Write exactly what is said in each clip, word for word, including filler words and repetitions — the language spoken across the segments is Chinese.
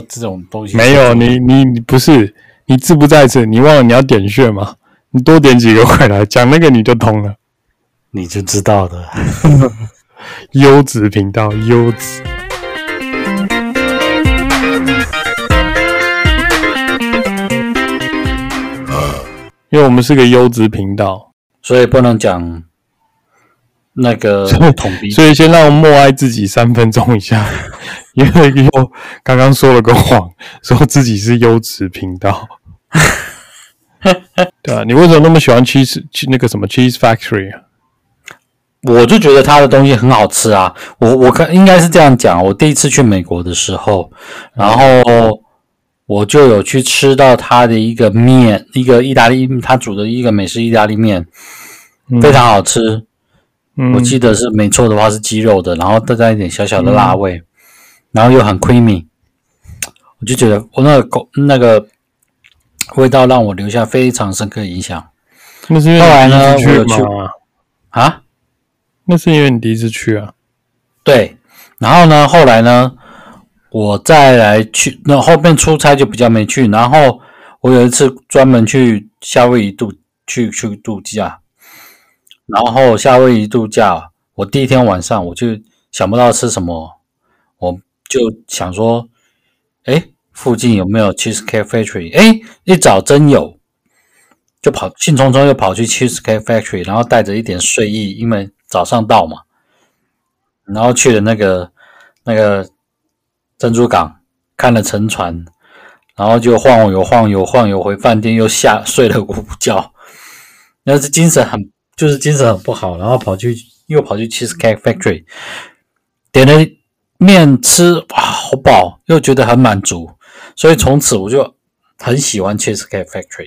这种东西。 没有，你你你不是你志不在此，你忘了你要点穴吗？你多点几个回来，讲那个你就通了， 你就知道的。 优质频道，优质。因为我们是个优质频道， 所以不能讲那个统鼻， 所以先让我默哀自己三分钟一下，因为又刚刚说了个谎，说自己是优质频道。对啊，你为什么那么喜欢 cheese 那个什么 Cheese Factory 啊？ 我就觉得他的东西很好吃啊。我我看应该是这样讲，我第一次去美国的时候，然后我就有去吃到他的一个面，一个意大利他煮的一个美式意大利面，非常好吃。嗯、我记得是没错的话是鸡肉的，然后再加一点小小的辣味，嗯、然后又很 creamy， 我就觉得我那个那个味道让我留下非常深刻的印象。 那是因为后来呢，我有去啊， 那是因为你第一次去啊。 对，然后呢，后来呢，我再来去，那后面出差就比较没去。然后我有一次专门去夏威夷度去去度假，然后夏威夷度假，我第一天晚上我就想不到吃什么，我就想说，哎，附近有没有 Cheesecake Factory？ 哎，一找真有，就跑兴冲冲又跑去 Cheesecake Factory， 然后带着一点睡意，因为早上到嘛，然后去了那个那个珍珠港，看了沉船，然后就晃悠晃悠晃悠回饭店，又下睡了午觉，然后是精神很就是精神很不好，然后跑去又跑去 Cheesecake Factory， 点了面吃，哇，好饱，又觉得很满足，所以从此我就很喜欢 Cheesecake Factory。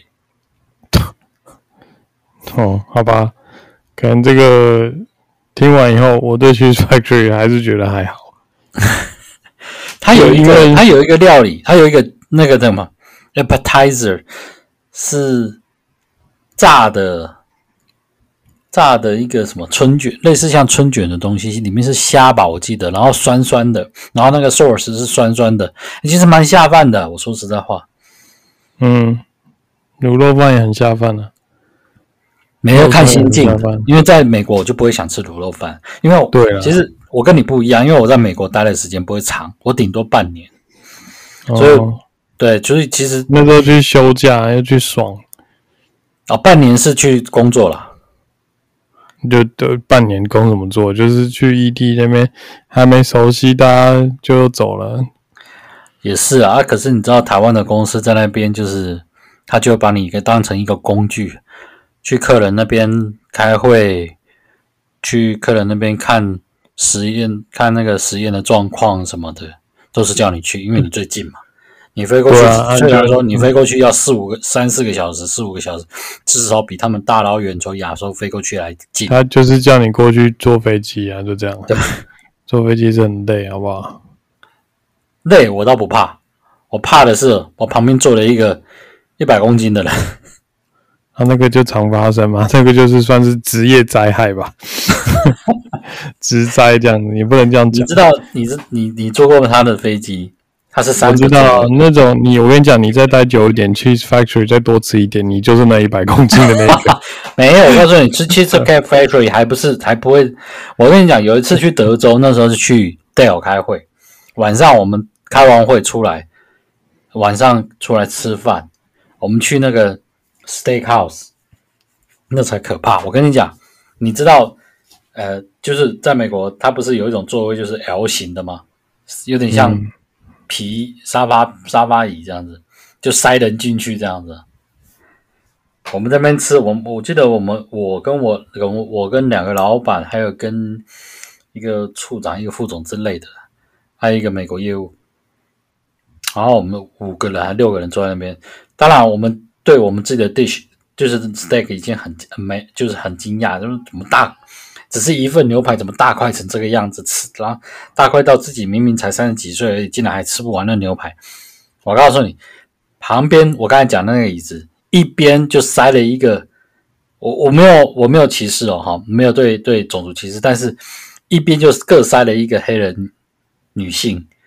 哦，好吧，可能这个听完以后，我对 Cheese Factory 还是觉得还好。 它有一个，它有一个料理，它有一个那个什么 appetizer 是炸的，炸的一个什么春卷，类似像春卷的东西，里面是虾吧，我记得，然后酸酸的，然后那个 sauce 是酸酸的，其实蛮下饭的。我说实在话， 嗯，卤肉饭也很下饭啊。 没有看心境，因为在美国我就不会想吃卤肉饭，因为对， 其实我跟你不一样，因为我在美国待的时间不会长，我顶多半年，哦、所以对，所以其实那时候去休假要去爽， 哦，半年是去工作啦， 就就半年工怎么做？就是去异地那边还没熟悉，大家就走了。 也是啊，可是你知道台湾的公司在那边，就是他就把你给当成一个工具。去客人那边开会，去客人那边看实验，看那个实验的状况什么的，都是叫你去，因为你最近嘛。你飞过去，啊、虽然说你飞过去要四五个、三四个小时，四五个小时，至少比他们大老远从亚洲飞过去来近。 他就是叫你过去坐飞机啊，就这样。对，坐飞机是很累，好不好？ 累我倒不怕，我怕的是我旁边坐了一个一百公斤的人。 啊，那个就常发生嘛，那个就是算是职业灾害吧，职灾这样子，你不能这样讲。 你知道，你是你你坐过他的飞机，他是三个。 我知道那种你，我跟你讲，你再待久一点 ，Cheese Factory 再多吃一点，你就是那一百公斤的那个。 没有，我告诉你，吃 Cheesecake Factory 还不是还不会。我跟你讲，有一次去德州，那时候是去 Dell 开会，晚上我们开完会出来，晚上出来吃饭，我们去那个。Steakhouse 那才可怕，我跟你讲，你知道，呃，就是在美国，它不是有一种座位就是 L 型的吗？有点像皮沙发、嗯、沙发椅这样子，就塞人进去这样子。我们在那边吃，我我记得我们我跟我我跟两个老板，还有跟一个处长、一个副总之类的，还有一个美国业务，然后我们五个人还六个人坐在那边，当然我们。对我们自己的 dish 就是 steak 已经很很没，就是很惊讶，就是怎么大，只是一份牛排怎么大块成这个样子吃，然后大块到自己明明才三十几岁而已，竟然还吃不完那牛排。我告诉你，旁边我刚才讲的那个椅子，一边就塞了一个，我我没有我没有歧视哦哈，没有对对种族歧视，但是一边就各塞了一个黑人女性。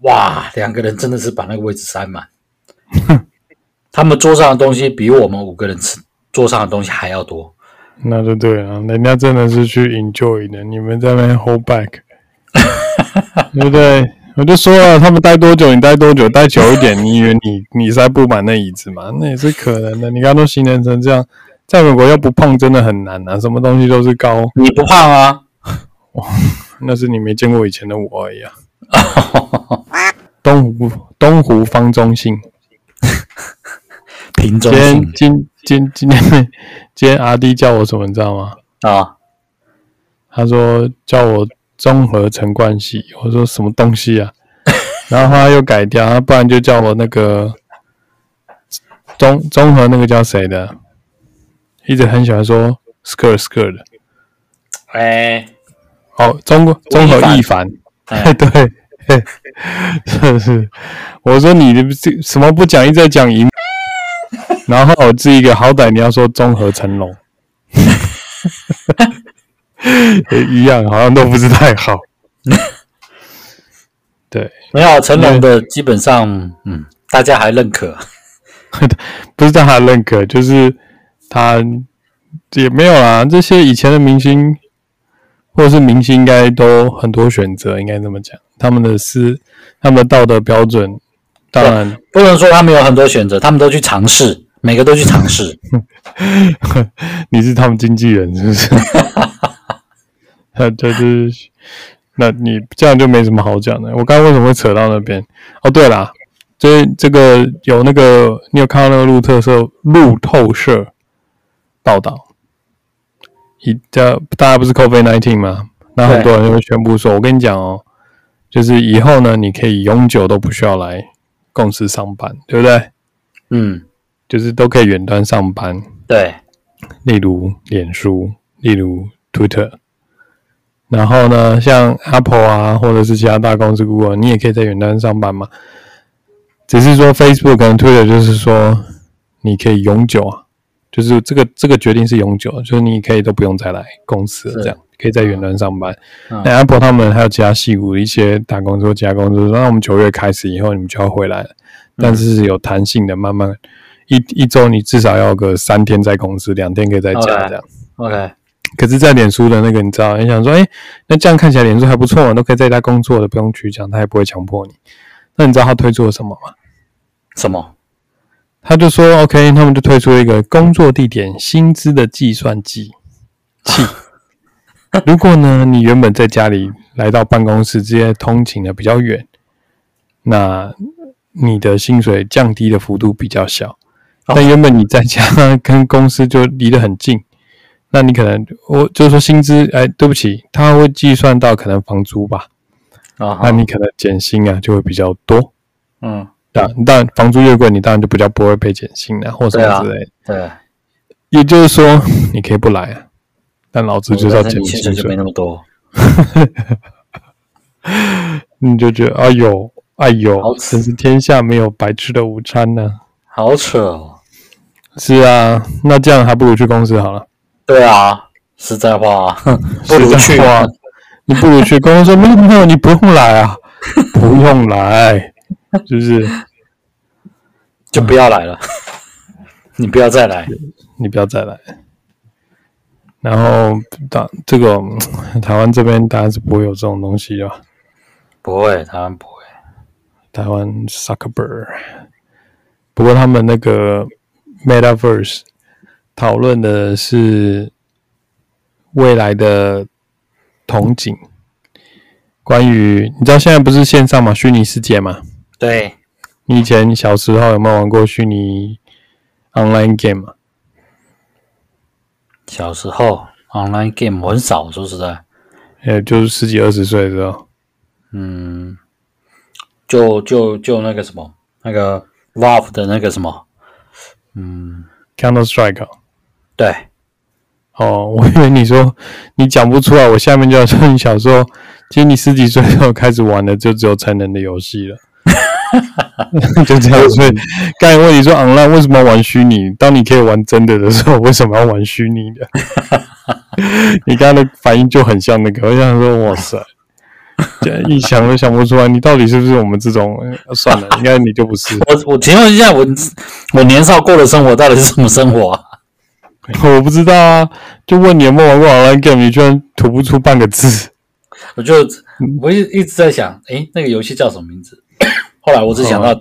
哇，两个人真的是把那个位置塞满。他们桌上的东西比我们五个人吃桌上的东西还要多。 那就对了，人家真的是去 enjoy 的，你们在那边 hold back， 对不对？我就说了，他们待多久你待多久，待久一点，你以为你你塞不满那椅子吗？那也是可能的。你刚刚都形容成这样，在美国要不胖真的很难啊，什么东西都是高。 你不胖啊？ 哇，那是你没见过以前的我而已啊。东湖东湖方中信， 平中信。 今今今天今天阿弟叫我什么你知道吗？ 啊， 他说叫我综合陈冠希，我说什么东西啊？然后他又改掉，不然就叫我那个综综合那个叫谁的，一直很喜欢说 skirt skirt 的， 哎， 哦，综综合一凡，哎，对，是是，我说你什么不讲，一直在讲赢，然后我自己一个好歹你要说综合成龙。一样，好像都不是太好。对， 没有成龙的基本上，嗯，大家还认可， 不是大家认可，就是他也没有啦。这些以前的明星或者是明星，应该都很多选择，应该这么讲。他们的是他们的道德标准，当然不能说他们有很多选择，他们都去尝试，每个都去尝试。 你是他们经纪人是不是？他就是那你这样就没什么好讲的。我刚刚为什么会扯到那边？哦，对啦，这这个有那个，你有看到那个路特社路透社报道，一家大家不是 COVID 十九 吗？那很多人就会宣布说，我跟你讲哦，就是以后呢，你可以永久都不需要来公司上班，对不对？ 嗯， 就是都可以远端上班。 对， 例如脸书，例如 Twitter。然后呢，像 Apple 啊，或者是其他大公司 Google， 你也可以在远端上班嘛。只是说 Facebook 跟 Twitter 就是说，你可以永久啊，就是这个这个决定是永久，就是你可以都不用再来公司了，这样可以在远端上班。嗯、那 Apple 他们还有其他矽谷的一些大公司或其他公司说，那我们九月开始以后，你们就要回来了，但是是有弹性的，慢慢一一周你至少要个三天在公司，两天可以在家这样。 OK。okay. 可是，在脸书的那个，你知道，你想说，哎，那这样看起来脸书还不错，都可以在家工作的，不用去讲，他也不会强迫你。那你知道他推出了什么吗？ 什么？ 他就说 ，OK， 他们就推出了一个工作地点薪资的计算机器。如果呢，你原本在家里来到办公室，直接通勤的比较远，那你的薪水降低的幅度比较小。但原本你在家跟公司就离得很近。那你可能我就是说薪资，哎，对不起，他会计算到可能房租吧，啊，那你可能减薪啊就会比较多，嗯，当当然房租越贵，你当然就比较不会被减薪啊，或什么之类的， 对、啊， 对，也就是说你可以不来啊，但老子就是要减薪水， 就没那么多， 你就觉得哎呦哎呦，真是天下没有白吃的午餐呢、啊， 好扯哦， 是啊，那这样还不如去公司好了。 对啊，实在话，不如去啊！你不如去公司说没有没有，你不用来啊，不用来，是不是？ 就不要来了，你不要再来， 你不要再来。然后，当这个台湾这边当然是不会有这种东西的， 不会，台湾不会， 台湾 Zuckerberg。不过他们那个 Metaverse。讨论的是未来的憧憬，关于你知道现在不是线上嘛，虚拟世界嘛？ 对。 你以前小时候有没有玩过虚拟 online game 嘛？ 小时候 online game 我很少，说实在， 呃，就是十几二十岁的时候， 嗯，就就就那个什么，那个 Valve 的那个什么，嗯 ，Counter Strike。 对， 哦，我以为你说你讲不出来，我下面就要说你小时候，其实你十几岁的时候开始玩的就只有成人的游戏了，就这样。所以刚才问你说 online 为什么要玩虚拟？当你可以玩真的的时候，为什么要玩虚拟的？你刚才的反应就很像那个，我想说，哇塞， 一想都想不出来，你到底是不是我们这种？呃、算了，应该你就不是。 我我请问一下，我我年少过的生活到底是什么生活啊？ 我不知道啊，就问你有没有玩过 online game， 你居然吐不出半个字。 我就我一一直在想，诶，那个游戏叫什么名字？后来我只想到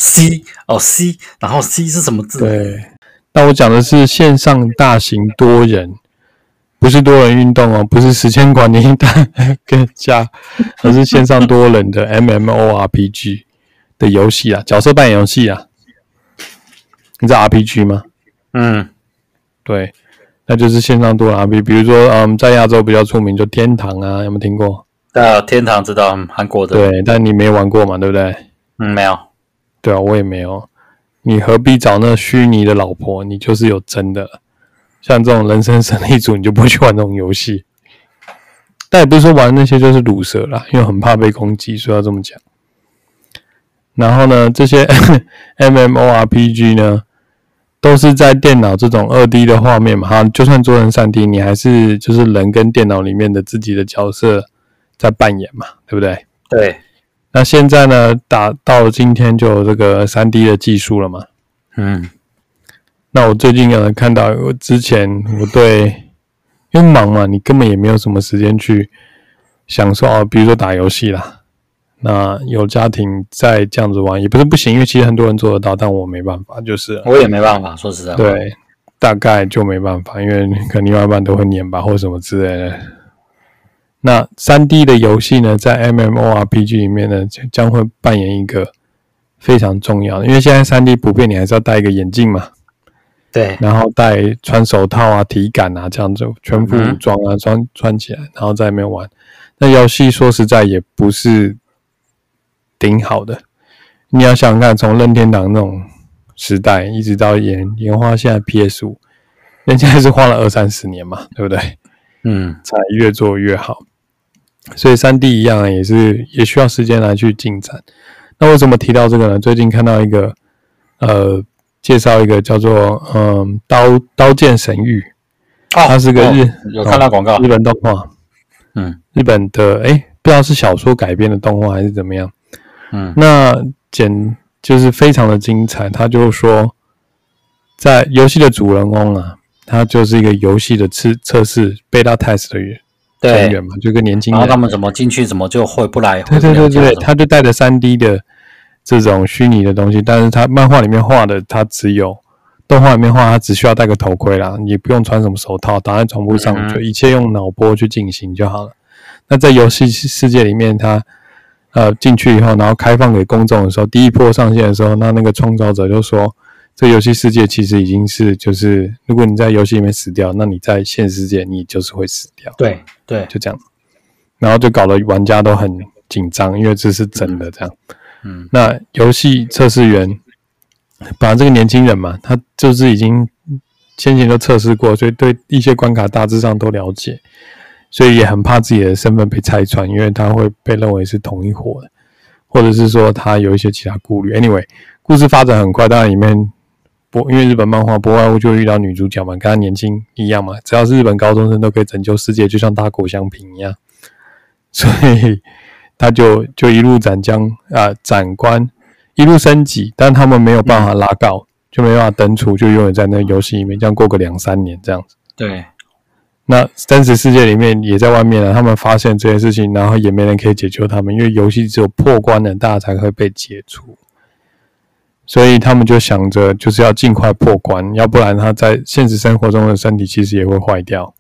C 哦 C， 然后 C 是什么字？ 对，那我讲的是线上大型多人，不是多人运动哦，不是时间管理大更加，而是线上多人的 M M O R P G 的游戏啊，角色扮演游戏啊。你知道 R P G 吗？ 嗯， 对，那就是线上多人 R P G， 比如说嗯，在亚洲比较出名就天堂啊，有没有听过？ 啊，天堂知道，韩国的。 对，但你没玩过嘛，对不对？ 嗯，没有。 对啊，我也没有。你何必找那虚拟的老婆？你就是有真的。像这种人生胜利组，你就不会去玩这种游戏。但也不是说玩那些就是鲁蛇啦，因为很怕被攻击，所以要这么讲。然后呢，这些 M M O R P G 呢，都是在电脑这种 二 D 的画面嘛，哈，就算做成 三 D， 你还是就是人跟电脑里面的自己的角色在扮演嘛，对不对？ 对。 那现在呢，打到今天就有这个 三 D 的技术了嘛。 嗯。 那我最近有看到，我之前我对，因为忙嘛，你根本也没有什么时间去享受啊，比如说打游戏啦。那有家庭在这样子玩，也不是不行，因为其实很多人做得到，但我没办法，就是我也没办法，说实在话。 对，大概就没办法，因为可能另外一半都会黏吧，或什么之类的。那 三 D 的游戏呢，在 M M O R P G 里面呢，将会扮演一个非常重要的，因为现在 三 D 普遍你还是要戴一个眼镜嘛， 对， 然后戴穿手套啊、体感啊这样子，全副武装啊，穿穿起来，然后在那边玩。那游戏说实在也不是顶好的，你要想想看，从任天堂那种时代一直到研研发现在 P S 五，人家还是花了二三十年嘛，对不对？ 嗯， 才越做越好。所以 三 D 一样也是也需要时间来去进展。那为什么提到这个呢？最近看到一个呃介绍一个叫做嗯刀刀剑神域，哦、它是个日、哦、 有看到广告、 哦、日本动画， 嗯， 日本的诶不知道是小说改编的动画还是怎么样， 嗯， 那简就是非常的精彩。他就说，在游戏的主人公啊，他就是一个游戏的测测试 beta test 的人。成员嘛，就跟年轻人， 然后他们怎么进去，怎么就回不来？ 对对对对，他就带着 三 D 的这种虚拟的东西，但是他漫画里面画的，他只有动画里面画，他只需要戴个头盔啦，你不用穿什么手套，打在床铺上，嗯、就一切用脑波去进行就好了。那在游戏世界里面，他呃进去以后，然后开放给公众的时候，第一波上线的时候，那那个创造者就说，这游戏世界其实已经是，就是如果你在游戏里面死掉，那你在现实世界你就是会死掉。 对对， 就这样，然后就搞得玩家都很紧张，因为这是真的这样。 嗯， 那游戏测试员把这个年轻人嘛，他就是已经先前都测试过，所以对一些关卡大致上都了解，所以也很怕自己的身份被拆穿，因为他会被认为是同一伙的，或者是说他有一些其他顾虑。Anyway， 故事发展很快，当然里面。因为日本漫画不外乎就遇到女主角嘛，跟她年轻一样嘛，只要是日本高中生都可以拯救世界，就像打口香瓶一样，所以他就就一路斩将啊斩关，一路升级，但他们没有办法拉高，就没办法登出，就永远在那个游戏里面，这样过个两三年这样子。 对， 那真实世界里面也在外面了，他们发现这件事情，然后也没人可以解救他们，因为游戏只有破关了，大家才会被解除。所以他们就想着就是要尽快破关，要不然他在现实生活中的身体其实也会坏掉。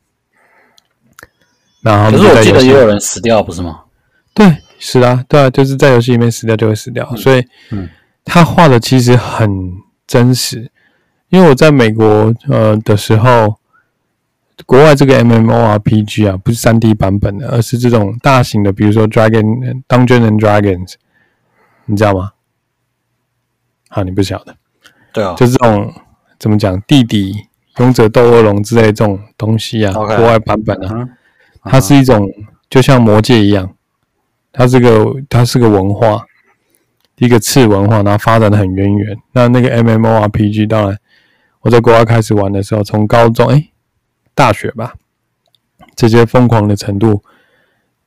然后可是我记得也有人死掉，不是吗？ 对，是啊，对啊，就是在游戏里面死掉就会死掉。嗯、所以，嗯，他画的其实很真实。因为我在美国呃的时候，国外这个 M M O R P G 啊，不是 三 D 版本的，而是这种大型的，比如说 Dragon Dungeons and Dragons， 你知道吗？啊，你不晓得， 对啊， 就是这种怎么讲，地底勇者斗恶龙之类这种东西啊， okay, 国外版本啊， 嗯、 它是一种就像魔界一样，它是个它是个文化，一个次文化，然后发展的很渊源。那那个 M M O R P G， 当然我在国外开始玩的时候，从高中哎大学吧，这些疯狂的程度，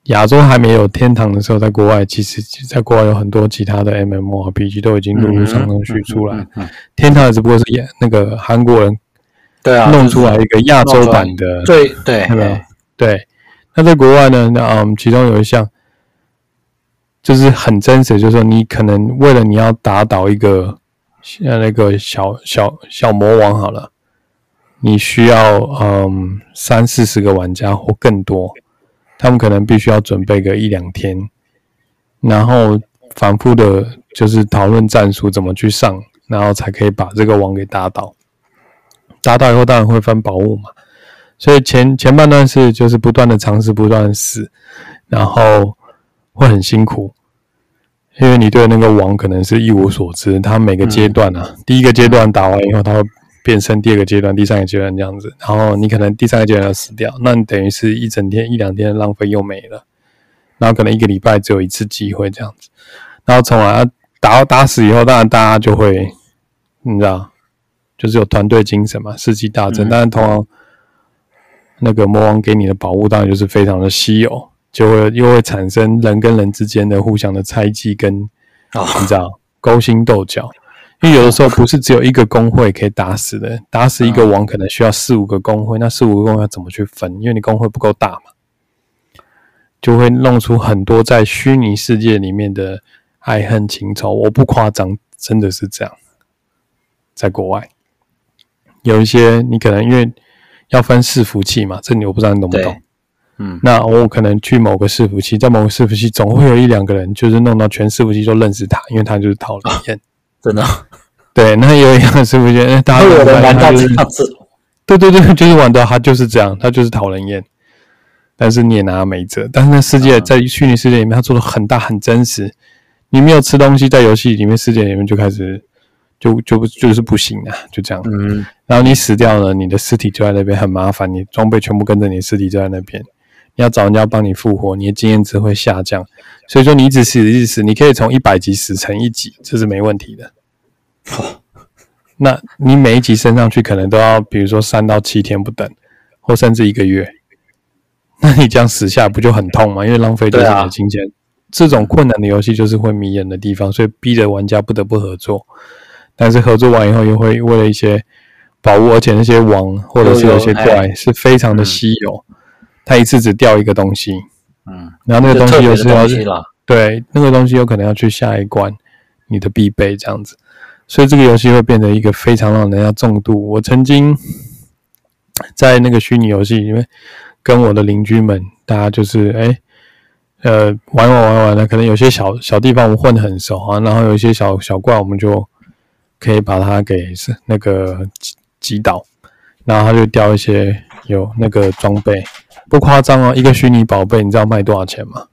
亚洲还没有天堂的时候，在国外其实在国外有很多其他的 M M O R P G 都已经陆陆续续出来。嗯嗯嗯嗯、天堂只不过是那个韩国人对啊弄出来一个亚洲版的， 对对对对。那在国外呢，嗯，其中有一项就是很真实，就是说你可能为了你要打倒一个呃那个小小小魔王好了，你需要嗯三四十个玩家或更多。他们可能必须要准备个一两天，然后反复的，就是讨论战术怎么去上，然后才可以把这个王给打倒。打倒以后当然会分宝物嘛，所以前前半段是就是不断的尝试，不断的死，然后会很辛苦，因为你对那个王可能是一无所知，他每个阶段啊，嗯、第一个阶段打完以后，他会变身第二个阶段、第三个阶段这样子，然后你可能第三个阶段要死掉，那你等于是一整天、一两天的浪费又没了，然后可能一个礼拜只有一次机会这样子，然后从来打到打死以后，当然大家就会，你知道，就是有团队精神嘛，士气大振，嗯、但是通常那个魔王给你的宝物当然就是非常的稀有，就会又会产生人跟人之间的互相的猜忌跟，哦、你知道勾心斗角。因为有的时候不是只有一个工会可以打死的，打死一个王可能需要四五个工会，那四五个工会要怎么去分？因为你工会不够大嘛，就会弄出很多在虚拟世界里面的爱恨情仇。我不夸张，真的是这样。在国外有一些你可能因为要分伺服器嘛，这里我不知道你懂不懂。嗯，那我可能去某个伺服器，在某个伺服器总会有一两个人，就是弄到全伺服器都认识他，因为他就是讨人厌。真的，对，那有一样的师傅觉得，大家有人玩到这样子，对对对，就是玩到他就是这样，他就是讨人厌，但是你也拿他没辙。但是那世界在虚拟世界里面，他做的很大很真实，你没有吃东西，在游戏里面世界里面就开始就就就是不行啊，就这样。嗯，然后你死掉了，你的尸体就在那边很麻烦，你装备全部跟着你的尸体就在那边，你要找人家帮你复活，你的经验值会下降。所以说你一直死一直死，你可以从一百级死成一级，这是没问题的。那你每一集升上去可能都要比如说三到七天不等，或甚至一个月，那你这样死下不就很痛吗？因为浪费就是你的金钱。啊、这种困难的游戏就是会迷人的地方，所以逼着玩家不得不合作。但是合作完以后又会为了一些宝物，而且那些王或者是有些怪是非常的稀有，他一次只掉一个东西，嗯，然后那个东西又是要对那个东西有可能要去下一关你的必备这样子。所以这个游戏会变成一个非常让人家中毒。我曾经在那个虚拟游戏里面跟我的邻居们，大家就是哎，呃，玩玩玩玩的，可能有些小小地方我们混得很熟啊，然后有一些小小怪我们就可以把它给那个击倒，然后他就掉一些有那个装备，不夸张哦，一个虚拟宝贝你知道卖多少钱吗？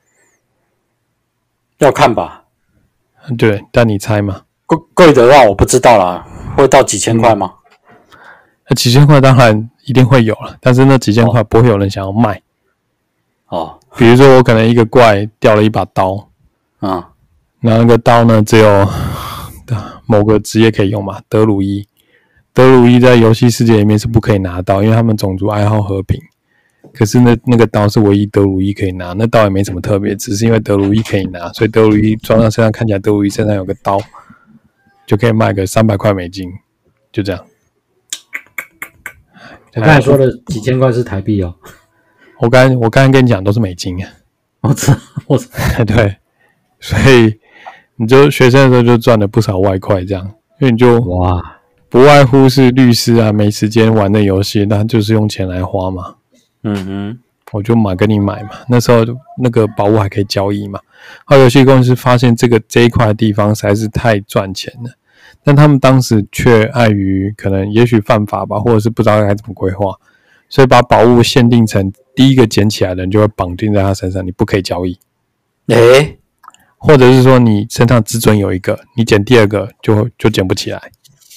要看吧。 对，但你猜嘛？ 贵贵的话我不知道啦，会到几千块吗？ 嗯、几千块当然一定会有了，但是那几千块不会有人想要卖。哦，比如说我可能一个怪掉了一把刀，嗯，然后那个刀呢只有某个职业可以用嘛，德鲁伊，德鲁伊在游戏世界里面是不可以拿到，因为他们种族爱好和平。可是那那个刀是唯一德鲁伊可以拿，那刀也没什么特别，只是因为德鲁伊可以拿，所以德鲁伊装到身上看起来德鲁伊身上有个刀，就可以卖个三百块美金，就这样。 我刚才说的几千块是台币哦。 我刚我刚才跟你讲都是美金啊。 我知道，我知道。 对，所以你就学生的时候就赚了不少外快，这样，因为你就哇，不外乎是律师啊，没时间玩的游戏，那就是用钱来花嘛。嗯哼，我就买跟你买嘛。那时候那个宝物还可以交易嘛。后来游戏公司发现这个这一块地方实在是太赚钱了，但他们当时却碍于可能也许犯法吧，或者是不知道该怎么规划，所以把宝物限定成第一个捡起来的人就会绑定在他身上，你不可以交易。诶，或者是说你身上只准有一个，你捡第二个就就捡不起来。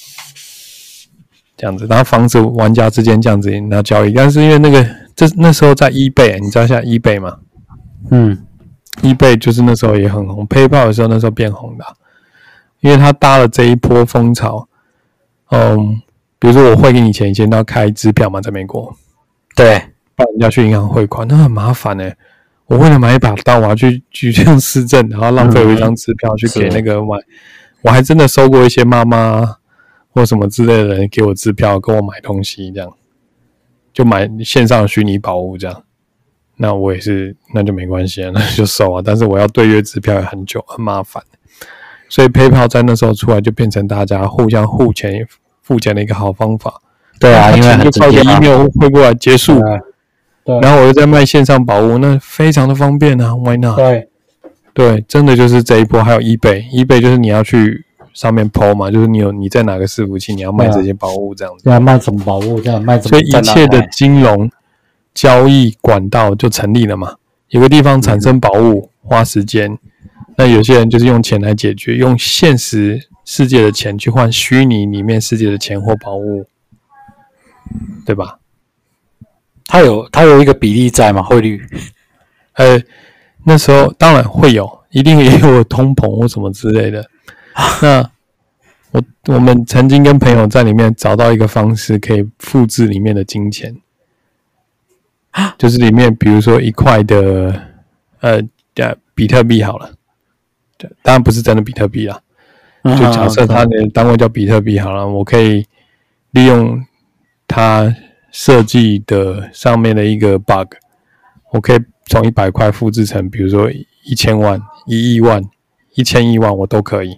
这样子，然后防止玩家之间这样子然后交易，但是因为那个这那时候在 eBay， 你知道现在 eBay 吗？嗯 ，eBay 就是那时候也很红 ，PayPal 的时候那时候变红的、啊，因为他搭了这一波风潮。嗯，比如说我汇给你钱，以前都要开支票嘛，在美国，对，不然人家去银行汇款，那很麻烦哎、欸。 我为了买一把刀，我要去举证市政，然后浪费我一张支票去给那个买。我还真的收过一些妈妈或什么之类的人给我支票，跟我买东西，这样就买线上虚拟宝物这样。那我也是，那就没关系啊，那就收啊。但是我要对约支票也很久，很麻烦。所以 PayPal 在那时候出来，就变成大家互相互钱付钱的一个好方法。 对啊，因为很就靠个 email 汇过来结束。 对， 然后我又在卖线上宝物，那非常的方便啊 ，Why not？ 对， 对，真的就是这一波。还有 eBay，eBay 就是你要去上面 po 嘛，就是你有你在哪个伺服器，你要卖这些宝物这样子。 要卖什么宝物这样卖什么？ 所以一切的金融交易管道就成立了嘛。有个地方产生宝物，花时间，那有些人就是用钱来解决，用现实世界的钱去换虚拟里面世界的钱或宝物，对吧？ 它有它有一个比例在嘛，汇率？ 呃，那时候当然会有，一定也有通膨或什么之类的。那我我们曾经跟朋友在里面找到一个方式，可以复制里面的金钱，就是里面比如说一块的呃比特币好了，当然不是真的比特币啦，就假设它的单位叫比特币好了，我可以利用它设计的上面的一个 bug， 我可以从一百块复制成比如说一千万、一亿万、一千亿万，我都可以。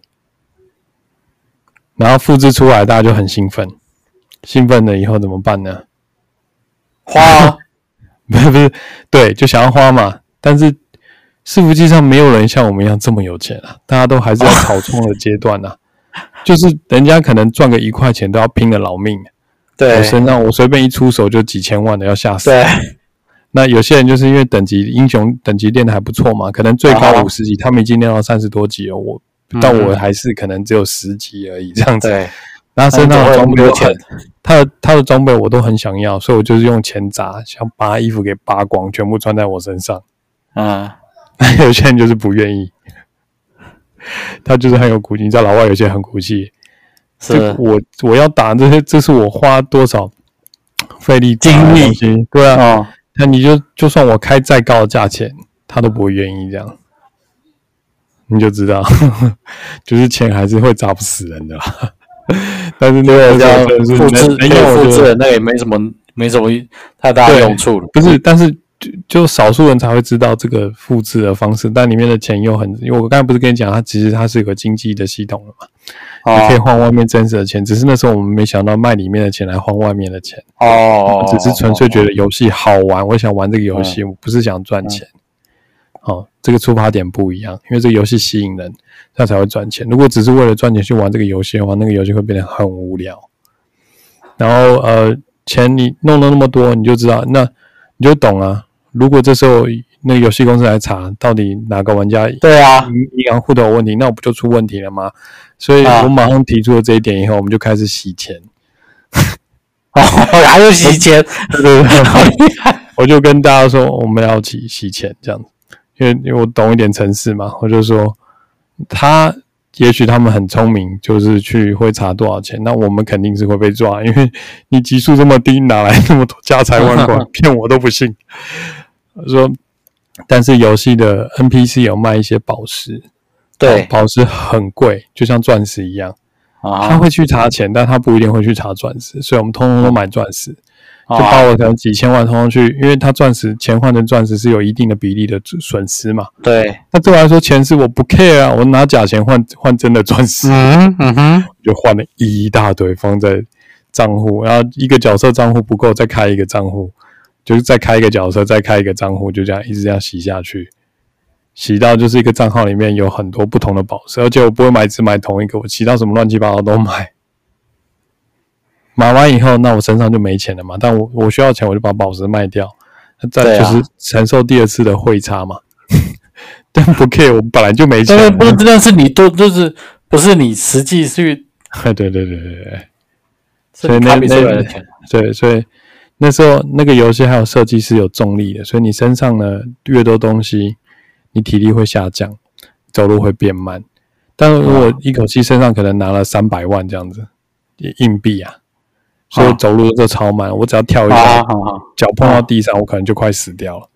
然后复制出来，大家就很兴奋，兴奋了以后怎么办呢？ 花、啊， 不是不是，对，就想要花嘛。但是伺服器上没有人像我们一样这么有钱啊，大家都还是在草创的阶段啊，就是人家可能赚个一块钱都要拼了老命。 对， 我身上我随便一出手就几千万的，要吓死。 对， 那有些人就是因为等级英雄等级练得还不错嘛，可能最高五十级，他们已经练到三十多级了，我、嗯、但我还是可能只有十级而已这样子。 对， 然后身上的装备，他的他的装备我都很想要，所以我就是用钱砸，想把他衣服给扒光，全部穿在我身上。 嗯， 有些人就是不愿意，他就是很有骨气，你知道老外有些很骨气。是我我要打这些，这是我花多少费力精力，对啊，哦、那你就就算我开再高的价钱，他都不会愿意这样，你就知道，呵呵就是钱还是会砸不死人的啦。但是那个叫复制，没有复制的那个也没什么没什么太大用处了， 不是，但是。就, 就少数人才会知道这个复制的方式，但里面的钱又很，因为我刚才不是跟你讲，它其实它是有个经济的系统的嘛，哦、你可以换外面真实的钱，只是那时候我们没想到卖里面的钱来换外面的钱，哦，只是纯粹觉得游戏好玩，我想玩这个游戏，嗯、我不是想赚钱，嗯、哦，这个出发点不一样，因为这个游戏吸引人，它才会赚钱。如果只是为了赚钱去玩这个游戏的话，那个游戏会变得很无聊。然后呃，钱你弄了那么多，你就知道，那你就懂啊。如果这时候那个游戏公司来查，到底哪个玩家对啊银行户头有问题，那我不就出问题了吗？所以我马上提出了这一点以后，我们就开始洗钱。 哦，还有洗钱， 对对对，我就跟大家说我们要洗洗钱这样子，因为因为我懂一点程式嘛，我就说他也许他们很聪明，就是去会查多少钱，那我们肯定是会被抓，因为你级数这么低，哪来那么多家财万贯，骗我都不信。我说，但是游戏的 N P C 有卖一些宝石， 对， 宝石很贵，就像钻石一样，啊、他会去查钱，但他不一定会去查钻石，所以我们通通都买钻石。就把我可能几千万通通去，因为他钻石钱换成钻石是有一定的比例的损失嘛。 对， 那对我来说钱是我不 care 啊，我拿假钱换换真的钻石， 嗯嗯哼， 就换了一大堆放在账户，然后一个角色账户不够，再开一个账户，就是再开一个角色，再开一个账户，就这样一直这样洗下去，洗到就是一个账号里面有很多不同的宝石，而且我不会买只买同一个，我洗到什么乱七八糟都买。买完以后，那我身上就没钱了嘛。但我我需要钱，我就把宝石卖掉，再就是承受第二次的汇差嘛。但不 care， 我本来就没钱。 不是，但是你都就是不是你实际去？ 对对对对对。所以那那对，所以那时候那个游戏还有设计是有重力的，所以你身上呢越多东西，你体力会下降，走路会变慢。但如果一口气身上可能拿了三百万这样子硬币啊。所以走路就超慢，我只要跳一下，脚碰到地上，我可能就快死掉了。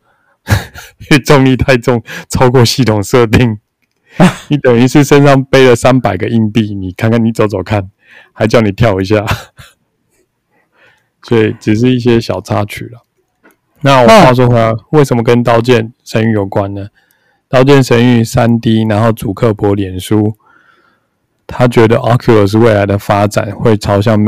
因为重力太重，超过系统设定。你等于是身上背了三百个硬币，你看看你走走看，还叫你跳一下，所以只是一些小插曲了。那我话说回来，为什么跟刀剑神域有关呢？刀剑神域 三 D， 然后祖克伯脸书，他觉得 Oculus 未来的发展会朝向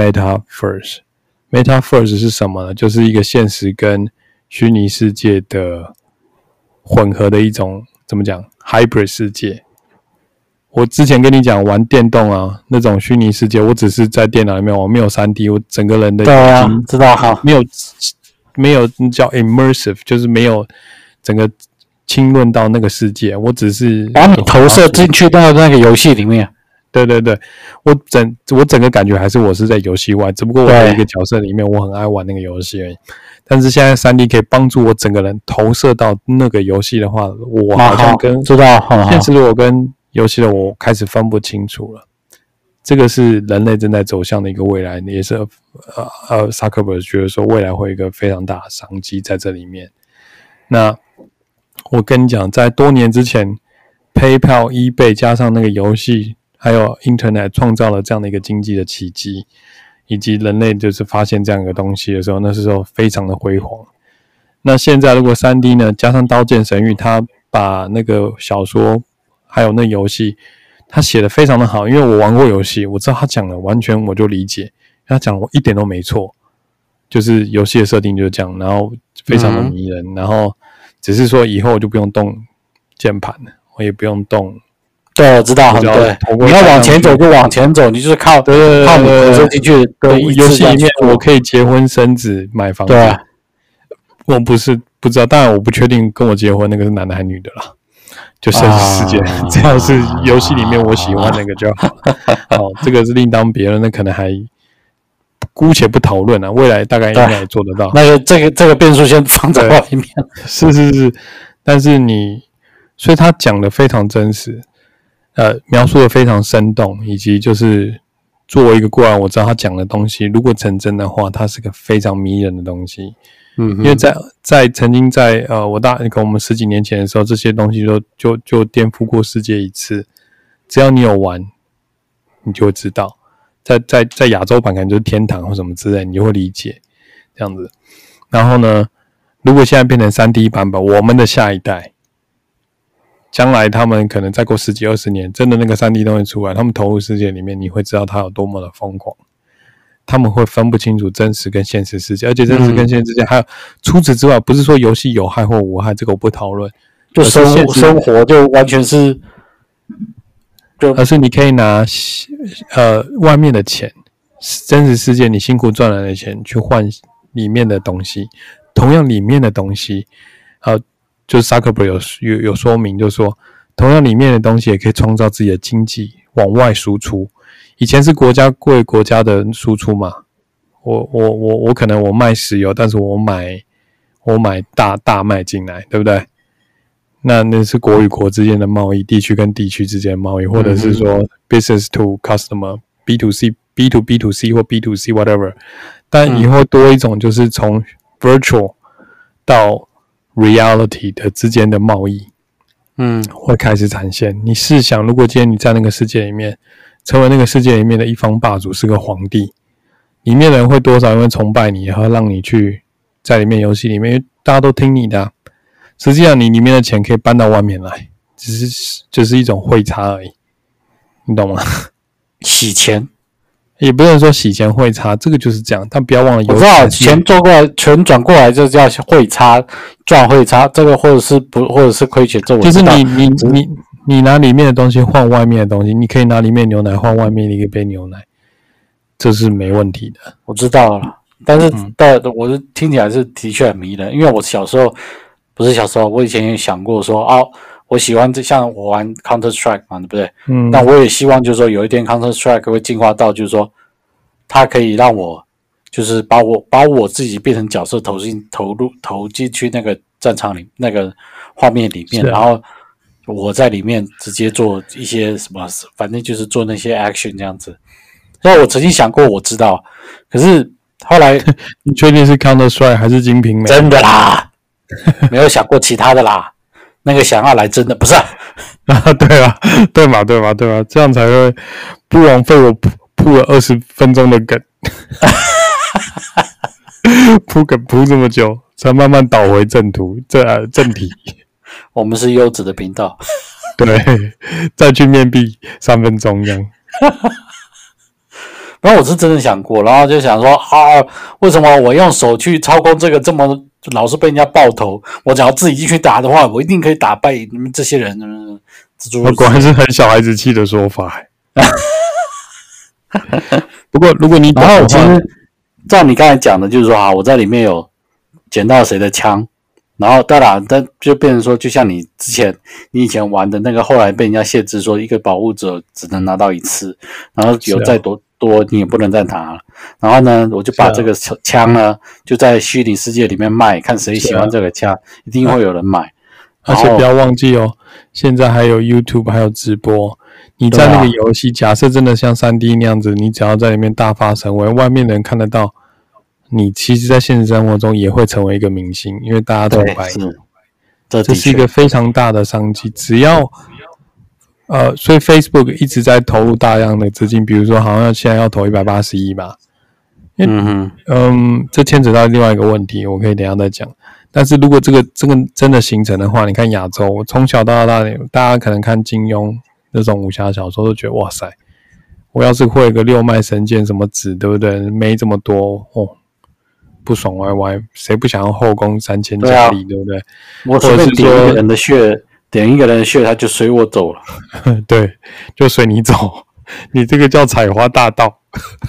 Metaverse。Metaverse 是什么呢？就是一个现实跟虚拟世界的混合的一种，怎么讲 ？Hybrid 世界。我之前跟你讲玩电动啊，那种虚拟世界，我只是在电脑里面，我没有 三 D， 我整个人的对啊，知道哈， 没有没有叫 immersive， 就是没有整个侵论到那个世界，我只是把你投射进去到那个游戏里面。 对对对，我整我整个感觉还是我是在游戏外，只不过我在一个角色里面，我很爱玩那个游戏而已。但是现在 三 D 可以帮助我整个人投射到那个游戏的话，我好像跟知道现实的我跟游戏的我开始分不清楚了。这个是人类正在走向的一个未来，也是呃呃 Zuckerberg 觉得说未来会有一个非常大的商机在这里面。那我跟你讲，在多年之前 ，PayPal、eBay 加上那个游戏，还有 Internet 创造了这样的一个经济的奇迹，以及人类就是发现这样一个东西的时候，那时候非常的辉煌。那现在如果 三 D 呢，加上刀剑神域，他把那个小说还有那游戏，他写的非常的好，因为我玩过游戏，我知道他讲的完全我就理解，他讲的我一点都没错，就是游戏的设定就是这样，然后非常的迷人，嗯、然后只是说以后我就不用动键盘了，我也不用动。 对，我知道，很对。你要往前走就往前走，你就是靠对对对靠你投射进去的游戏里面，我可以结婚生子买房子。对、啊，我不是不知道，当然我不确定跟我结婚那个是男的还是女的啦。就现实世界，啊、只要是游戏里面我喜欢那个就好。哦，这个是另当别论，那可能还姑且不讨论了。未来大概应该也做得到。 那个这个这个变数先放在外面。 是是是，但是你，所以他讲的非常真实，呃，描述的非常生动，以及就是作为一个过来，我知道他讲的东西，如果成真的话，它是个非常迷人的东西。嗯，因为在在曾经在呃，我大跟我们十几年前的时候，这些东西都就就颠覆过世界一次。只要你有玩，你就会知道，在在在亚洲版可能就是天堂或什么之类，你就会理解这样子。然后呢，如果现在变成 三 D 版本，我们的下一代，将来他们可能再过十几二十年，真的那个 三 D 东西出来，他们投入世界里面，你会知道它有多么的疯狂。他们会分不清楚真实跟现实世界，而且真实跟现实之间、嗯、还有除此之外，不是说游戏有害或无害，这个我不讨论。 就生活生活就完全是， 就而是你可以拿呃外面的钱，真实世界你辛苦赚来的钱去换里面的东西，同样里面的东西，呃，就是 Zuckerberg 有有有说明，就是说同样里面的东西也可以创造自己的经济往外输出。以前是国家为国家的输出嘛，我我我我可能我卖石油，但是我买我买大大麦进来，对不对？那那是国与国之间的贸易，地区跟地区之间的贸易，或者是说 business to customer、B to C、B to B to C 或 B to C whatever。但以后多一种就是从 virtual 到 reality 的之间的贸易，嗯，会开始产现。你试想，如果今天你在那个世界里面，成为那个世界里面的一方霸主，是个皇帝，里面的人会多少因为崇拜你，然后让你去在里面游戏里面，因为大家都听你的、啊。实际上，你里面的钱可以搬到外面来，只是就是一种汇差而已，你懂吗？ 洗钱也不能说洗钱汇差，这个就是这样。但不要忘了， 我知道钱做过来，钱转过来就叫汇差，赚汇差，这个或者是不，或者是亏钱，这我知道。 就是你你你。你拿里面的东西换外面的东西，你可以拿里面牛奶换外面的一杯牛奶，这是没问题的。 我知道了，但是、嗯、但我是听起来是的确很迷人，因为我小时候不是小时候，我以前也想过说啊，我喜欢这像我玩 Counter Strike 嘛，对不对？嗯。但我也希望就是说有一天 Counter Strike 会进化到就是说，它可以让我就是把我把我自己变成角色投进投入投进去那个战场里那个画面里面，啊、然后。我在里面直接做一些什么，反正就是做那些 action 这样子。所以我曾经想过，我知道，可是后来你确定是 Counter Strike 还是金瓶梅？ 真的啦， 没有想过其他的啦。那个想要来真的不是啊？ 啊，对啊，对嘛，对嘛，对嘛，这样才会不枉费我铺了二十分钟的梗，铺梗铺这么久，才慢慢导回正途，这、呃、正题。 我们是优质的频道， 对，再去面壁三分钟这样。 然后我是真的想过，然后就想说啊，为什么我用手去操控这个这么老是被人家爆头？我只要自己进去打的话，我一定可以打败你们这些人。嗯、 我果然是很小孩子气的说法。不过如果你懂的话， 然后其实照你刚才讲的，就是说啊，我在里面有捡到谁的枪。然后当然，但就变成说，就像你之前你以前玩的那个，后来被人家限制说，一个保护者只能拿到一次，然后有再多、啊、多你也不能再拿了。然后呢，我就把这个枪呢，就在虚拟世界里面卖，看谁喜欢这个枪，啊、一定会有人买。 而且不要忘记哦，现在还有 YouTube 还有直播。你在那个游戏，啊、假设真的像 三 D 那样子，你只要在里面大发神威，外面的人看得到。你其实在现实生活中也会成为一个明星，因为大家崇拜你，这, 这是一个非常大的商机。只要呃，所以 Facebook 一直在投入大量的资金，比如说好像现在要投一百八十亿吧。嗯哼，嗯，这牵扯到另外一个问题，我可以等一下再讲。但是如果这个这个真的形成的话，你看亚洲，我从小到大，大家可能看金庸那种武侠小说都觉得哇塞，我要是会一个六脉神剑什么指，对不对？没这么多哦。不爽歪歪，谁不想要后宫三千佳丽， 对,、啊、对不对？ 我随便点一个人的穴，点一个人的穴，他就随我走了。 对，就随你走，你这个叫采花大盗，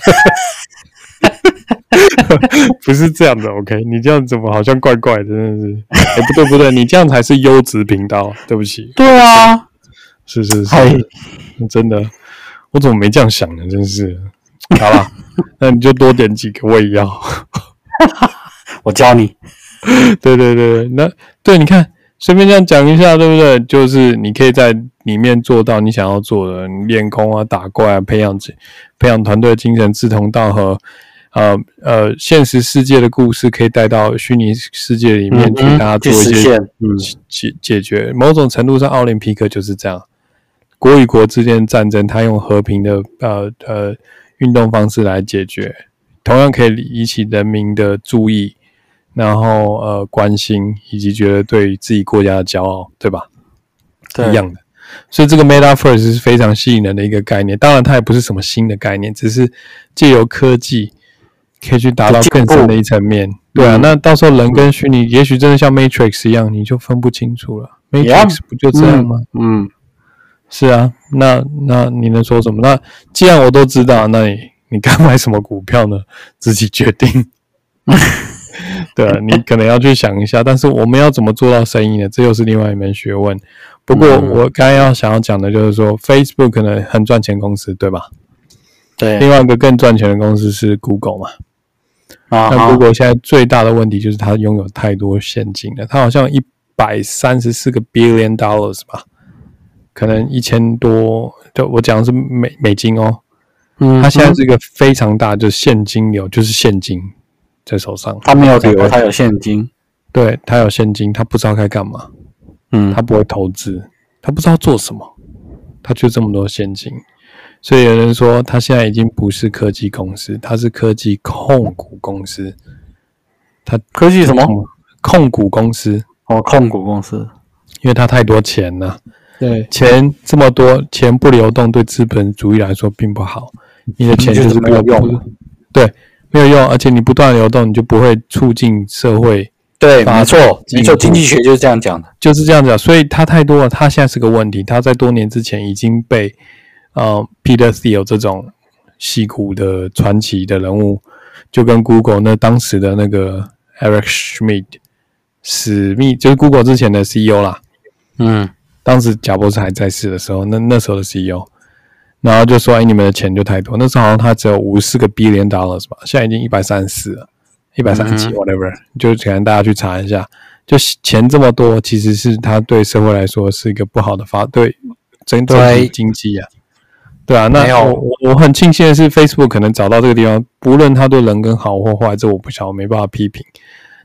不是这样的 ，OK？ 你这样怎么好像怪怪的？真的是，哎、欸，不对不对，你这样才是优质频道，对不起。 对啊， 是是是，真的，我怎么没这样想呢？真是，好啦，那你就多点几个，我也要。 我教你， 对对对，那对你看，随便这样讲一下，对不对？就是你可以在里面做到你想要做的，你练功啊、打怪啊、培养培养团队的精神、志同道合，呃呃，现实世界的故事可以带到虚拟世界里面去，大家做一些嗯解解决。某种程度上，奥林匹克就是这样，国与国之间的战争，他用和平的呃呃运动方式来解决。同样可以引起人民的注意，然后呃关心，以及觉得对自己国家的骄傲，对吧？对，一样的。所以这个 Metaverse 是非常吸引人的一个概念。当然，它也不是什么新的概念，只是借由科技可以去达到更深的一层面。对啊，嗯、那到时候人跟虚拟，也许真的像 Matrix 一样，你就分不清楚了。Matrix 不就这样吗？嗯，嗯是啊。那那你能说什么？那既然我都知道，那你。你该买什么股票呢？自己决定。对啊，你可能要去想一下。但是我们要怎么做到生意呢？这又是另外一门学问。不过我刚才要想要讲的就是说 ，Facebook 可能很赚钱公司，对吧？ 对。 另外一个更赚钱的公司是 Google 嘛。啊。那 Google 现在最大的问题就是它拥有太多现金了，它好像一百三十四个 billion dollars 吧，可能一千多。就我讲的是美美金哦。嗯，他现在是一个非常大，就是现金流，就是现金在手上。 他没有流，他有现金。 对，他有现金，他不知道该干嘛。嗯，他不会投资，他不知道做什么，他就这么多现金。所以有人说，他现在已经不是科技公司，他是科技控股公司。他科技什么？ 控股公司。 哦，控股公司， 因为他太多钱了。 对， 钱这么多，钱不流动，对资本主义来说并不好。你的钱就是没有用，对，没有用，而且你不断流动，你就不会促进社会。 对，没错，没错，经济学就是这样讲的， 就是这样讲。所以它太多了，它现在是个问题。它在多年之前已经被呃 Peter Thiel 这种矽谷的传奇的人物，就跟 Google 那当时的那个 Eric Schmidt 史密，就是 Google 之前的 C E O 啦，嗯，当时贾博士还在世的时候，那那时候的 C E O。然后就说：“哎，你们的钱就太多。”那时候好像他只有五十个 billion dollars 吧，现在已经一百三十四了，一百三十七 whatever， 就可能大家去查一下。就钱这么多，其实是他对社会来说是一个不好的发对整体经济啊，对啊。那我我很庆幸的是 ，Facebook 可能找到这个地方，不论他对人跟好或坏，这我不晓得，我没办法批评。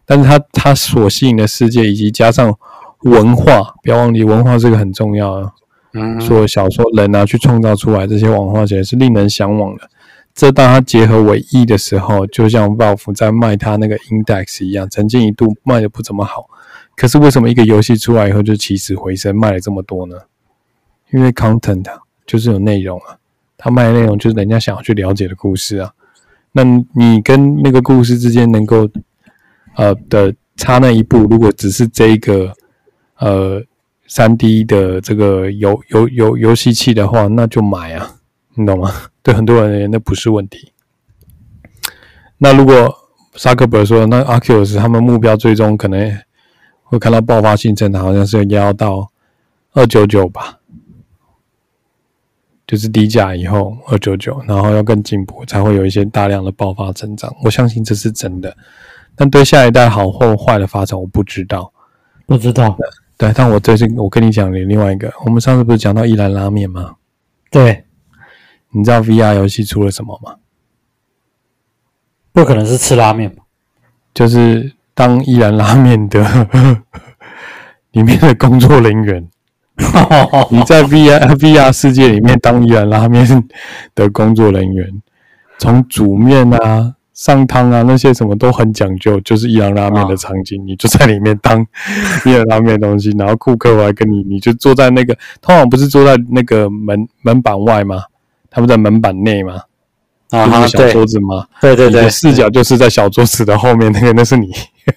但是它它所吸引的世界，以及加上文化，不要忘记文化这个很重要啊。 嗯， 所有小说人啊去创造出来这些文化，其实是令人向往的。这当它结合为一的时候，就像 Valve 在卖它那个 Index 一样，曾经一度卖的不怎么好。可是为什么一个游戏出来以后就起死回生，卖了这么多呢？因为 content 啊，就是有内容啊，他卖的内容就是人家想要去了解的故事啊。那你跟那个故事之间能够呃的差那一步，如果只是这一个呃 三 D 的这个游游游游戏器的话，那就买啊，你懂吗？对很多人而言，那不是问题。那如果萨克伯说，那 Oculus 他们目标最终可能会看到爆发性增长，好像是要到二百九十九吧，就是低价以后二百九十九，然后要更进步，才会有一些大量的爆发增长。我相信这是真的，但对下一代好或坏的发展，我不知道， 不知道。 对，但我最近我跟你讲的另外一个，我们上次不是讲到一兰拉面吗？ 对， 你知道 V R 游戏出了什么吗？ 不可能是吃拉面吧？ 就是当一兰拉面的里面的工作人员，你在 V R V R 世界里面当一兰拉面的工作人员，从煮面啊、上汤啊那些什么都很讲究，就是一兰拉面的场景，你就在里面当一兰拉面的东西，然后顾客来跟你，你就坐在那个，通常不是坐在那个门门板外吗？他们在门板内吗？ 啊， 就是小桌子吗？ 对对对， 你的视角就是在小桌子的后面那个，那是你。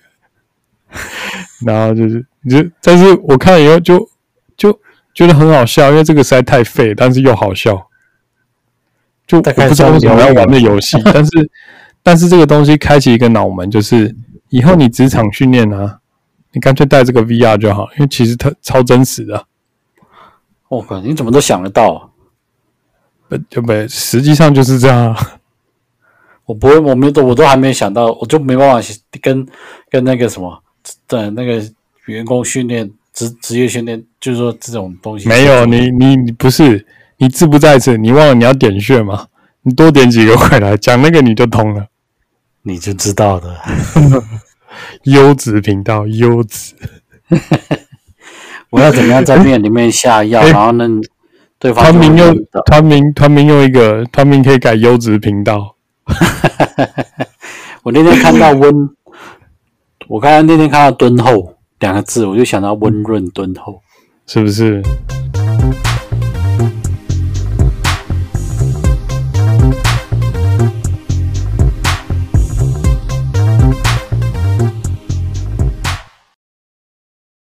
然后就是，就但是我看了以后就就觉得很好笑，因为这个实在太废，但是又好笑。就我不知道为什么要玩的游戏，但是但是这个东西开启一个脑门，就是以后你职场训练啊，你干脆带这个 V R 就好，因为其实它超真实的。 我靠，你怎么都想得到啊？ 就没，实际上就是这样、啊。 我不会，我没都我都还没想到，我就没办法跟跟那个什么，对那个员工训练、职职业训练，就是说这种东西。 没有，你你你不是，你志不在此，你忘了你要点穴吗？你多点几个回来，讲那个你就通了， 你就知道的。 优质频道，优质。 我要怎么样在面里面下药，然后呢？对方团名用团名团名用一个团名可以改优质频道。 我那天看到温，我刚才那天看到敦厚两个字，我就想到温润敦厚， 是不是？